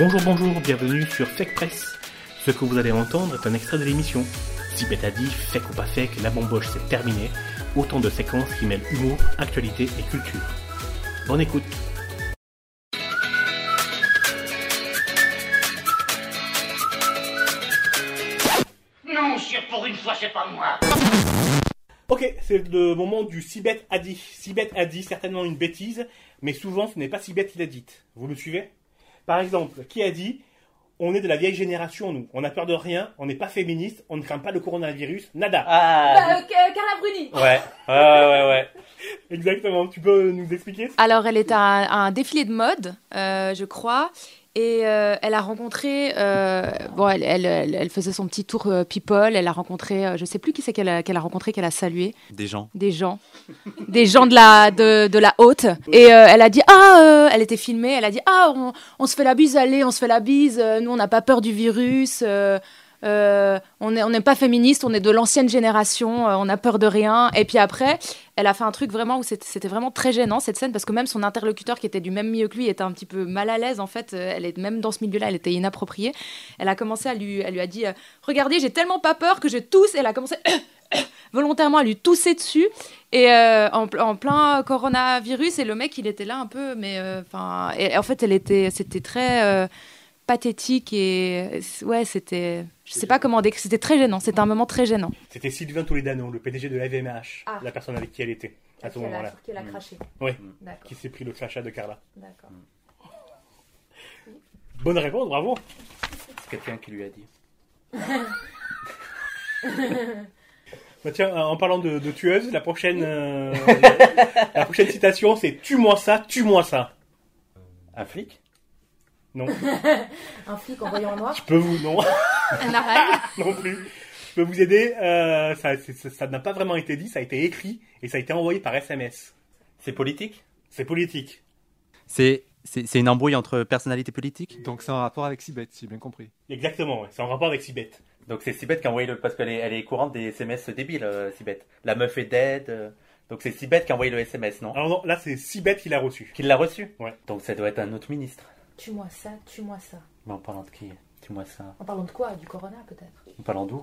Bonjour, bienvenue sur Fake Press. Ce que vous allez entendre est un extrait de l'émission. Sibeth a dit, fake ou pas fake, la bamboche c'est terminé. Autant de séquences qui mêlent humour, actualité et culture. Bonne écoute. Non, sire, pour une fois, c'est pas moi. Ok, c'est le moment du Sibeth a dit. Sibeth a dit certainement une bêtise, mais souvent ce n'est pas Sibeth qui l'a dite. Vous me suivez ? Par exemple, qui a dit « On est de la vieille génération, nous. On n'a peur de rien, on n'est pas féministe, on ne craint pas le coronavirus, nada. » Carla Bruni. Ouais. Exactement. Tu peux nous expliquer ? Alors, elle est à un défilé de mode, je crois. Et elle a rencontré, elle faisait son petit tour people, elle a rencontré, je sais plus qui c'est qu'elle a rencontré, qu'elle a salué. Des gens de la haute. Et elle a dit, elle était filmée, elle a dit, on se fait la bise, allez, on se fait la bise, nous on n'a pas peur du virus, on n'est pas féministe, on est de l'ancienne génération, on n'a peur de rien. Et puis après, elle a fait un truc vraiment où c'était vraiment très gênant cette scène, parce que même son interlocuteur qui était du même milieu que lui était un petit peu mal à l'aise en fait. Elle est même dans ce milieu-là, elle était inappropriée. Elle a commencé elle lui a dit regardez, j'ai tellement pas peur que je tousse. Elle a commencé volontairement à lui tousser dessus et en plein coronavirus, et le mec il était là un peu, mais et en fait c'était très pathétique et ouais, c'était, je sais pas comment décrire, c'était très gênant, c'était un moment très gênant. C'était Sylvain Toledano, le PDG de l'AVMH, la personne avec qui elle était à ce moment-là. Qui a craché. Oui, D'accord. qui s'est pris le crachat de Carla. D'accord. Bonne réponse, bravo. C'est quelqu'un qui lui a dit. Bah tiens, en parlant de tueuse, la prochaine citation c'est « Tue-moi ça, tue-moi ça ». Un flic ? Non. Un flic en voyant en noir. Je peux vous... Non. Un arabe. Non plus. Je peux vous aider. Ça n'a pas vraiment été dit, ça a été écrit et ça a été envoyé par SMS. C'est politique ? C'est politique. C'est une embrouille entre personnalités politiques ? Donc c'est en rapport avec Sibeth, si j'ai bien compris. Exactement, ouais. C'est en rapport avec Sibeth. Donc c'est Sibeth qui a envoyé parce qu'elle est courante des SMS débiles, Sibeth. La meuf est dead. Donc c'est Sibeth qui a envoyé le SMS, non ? Alors non, là c'est Sibeth qui l'a reçu. Qui l'a reçu ? Ouais. Donc ça doit être un autre ministre. Tue-moi ça, tue-moi ça. Mais en parlant de qui ? Tue-moi ça. En parlant de quoi ? Du corona peut-être. En parlant d'où ?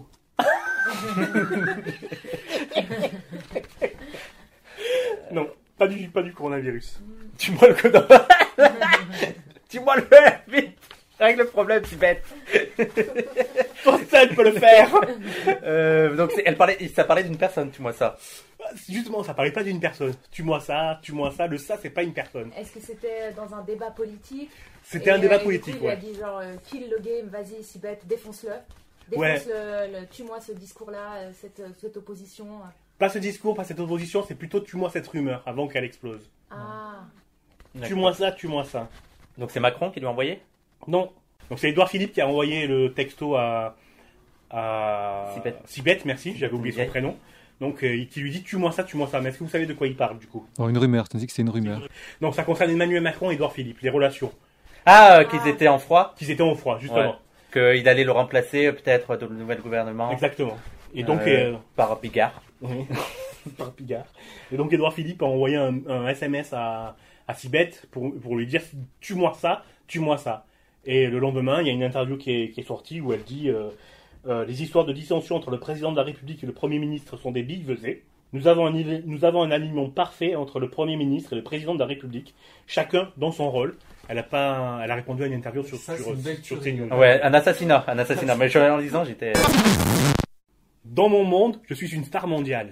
Non, pas du coronavirus. Tue-moi le coronavirus. Tue-moi le verre, vite. Règle le problème, Sibeth. Ça, elle peut le faire. Donc ça parlait d'une personne, tue-moi ça. Justement, ça parlait pas d'une personne. Tue-moi ça, le ça, c'est pas une personne. Est-ce que c'était dans un débat politique ? C'était un débat politique, Il a ouais. dit genre, kill le game, vas-y Sibeth, défonce-le. Ouais. Tue-moi ce discours-là, cette opposition. Pas ce discours, pas cette opposition, c'est plutôt tue-moi cette rumeur avant qu'elle explose. Ah. Tue-moi ça. Donc c'est Macron qui lui a envoyé ? Non. Donc c'est Édouard Philippe qui a envoyé le texto à Sibeth, merci, j'avais oublié son prénom. Donc qui lui dit tue-moi ça. Mais est-ce que vous savez de quoi il parle du coup ? Oh, une rumeur, tu me dis que c'est une rumeur. Non, ça concerne Emmanuel Macron et Édouard Philippe, les relations. Qu'ils étaient en froid ? Qu'ils étaient en froid, justement. Ouais. Qu'il allait le remplacer peut-être dans le nouvel gouvernement. Exactement. Et donc par Bigard. Oui, par Bigard. Et donc Édouard Philippe a envoyé un SMS à Sibeth pour lui dire tue-moi ça. Et le lendemain, il y a une interview qui est sortie où elle dit les histoires de dissension entre le président de la République et le Premier ministre sont des billevesées. Nous avons un alignement parfait entre le Premier ministre et le président de la République, chacun dans son rôle. Elle a répondu à une interview sur CNews. Ouais, un assassinat. Mais en lisant, j'étais... Dans mon monde, je suis une star mondiale.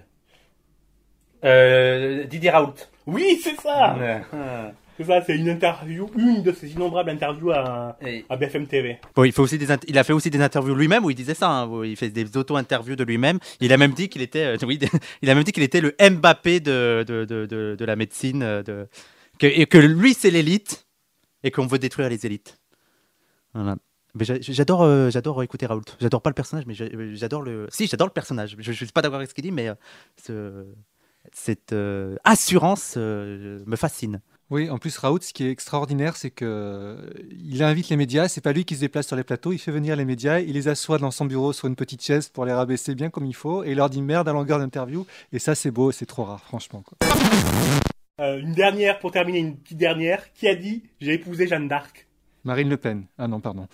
Didier Raoult. Oui, c'est ça. Ouais. C'est ça, c'est une de ces innombrables interviews à BFM TV. Bon, il a fait aussi des interviews lui-même où il disait ça, hein, où il fait des auto-interviews de lui-même. Il a même dit qu'il était, il a même dit qu'il était le Mbappé de la médecine, et que lui c'est l'élite et qu'on veut détruire les élites. Voilà. Mais j'adore écouter Raoult. J'adore pas le personnage, mais j'adore le personnage. Je suis pas d'accord avec ce qu'il dit, mais cette assurance me fascine. Oui, en plus Raoult, ce qui est extraordinaire, c'est qu'il invite les médias. C'est pas lui qui se déplace sur les plateaux. Il fait venir les médias, il les assoit dans son bureau sur une petite chaise pour les rabaisser bien comme il faut, et il leur dit merde à longueur d'interview. Et ça, c'est beau, c'est trop rare, franchement, quoi. Une dernière pour terminer, une petite dernière. Qui a dit j'ai épousé Jeanne d'Arc ? Marine Le Pen. Ah non, pardon.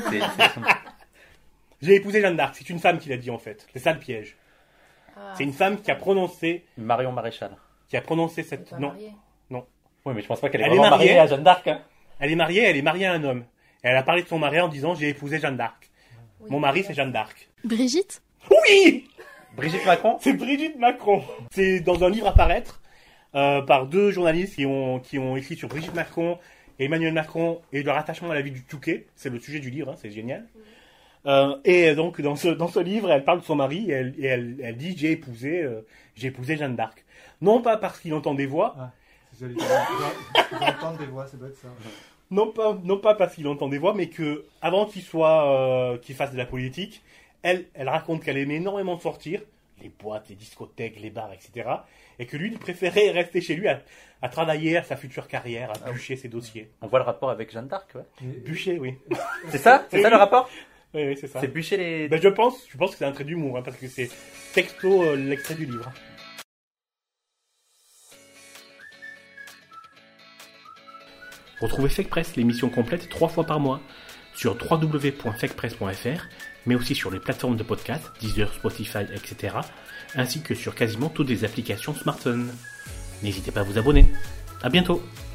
J'ai épousé Jeanne d'Arc. C'est une femme qui l'a dit en fait. C'est ça le piège. C'est une femme qui a prononcé Marion Maréchal. cette. Non. Oui, mais je pense pas qu'elle est Elle est vraiment mariée. mariée à Jeanne d'Arc. Hein. Elle est mariée à un homme. Et elle a parlé de son mari en disant j'ai épousé Jeanne d'Arc. Mon mari c'est Jeanne d'Arc. Brigitte? Oui, Brigitte Macron. c'est Brigitte Macron. C'est dans un livre à paraître par deux journalistes qui ont écrit sur Brigitte Macron et Emmanuel Macron et leur attachement à la vie du Touquet. C'est le sujet du livre, hein, c'est génial. Et donc dans ce livre, elle parle de son mari et elle dit j'ai épousé Jeanne d'Arc. Non pas parce qu'il entend des voix. Ah, c'est joli. Il va entendre des voix, ça doit être ça. Non pas parce qu'il entend des voix, mais que avant qu'il fasse de la politique, elle raconte qu'elle aimait énormément sortir, les boîtes, les discothèques, les bars, etc. Et que lui, il préférait rester chez lui à travailler à sa future carrière, à bûcher ses dossiers. On voit le rapport avec Jeanne d'Arc, ouais. Bûcher, oui. C'est ça Oui. le rapport? Oui, c'est ça. C'est bûcher les... Ben, je pense que c'est un trait d'humour, hein, parce que c'est texto l'extrait du livre. Retrouvez Fake Press, l'émission complète 3 fois par mois, sur www.fakepress.fr, mais aussi sur les plateformes de podcast, Deezer, Spotify, etc., ainsi que sur quasiment toutes les applications smartphones. N'hésitez pas à vous abonner. À bientôt!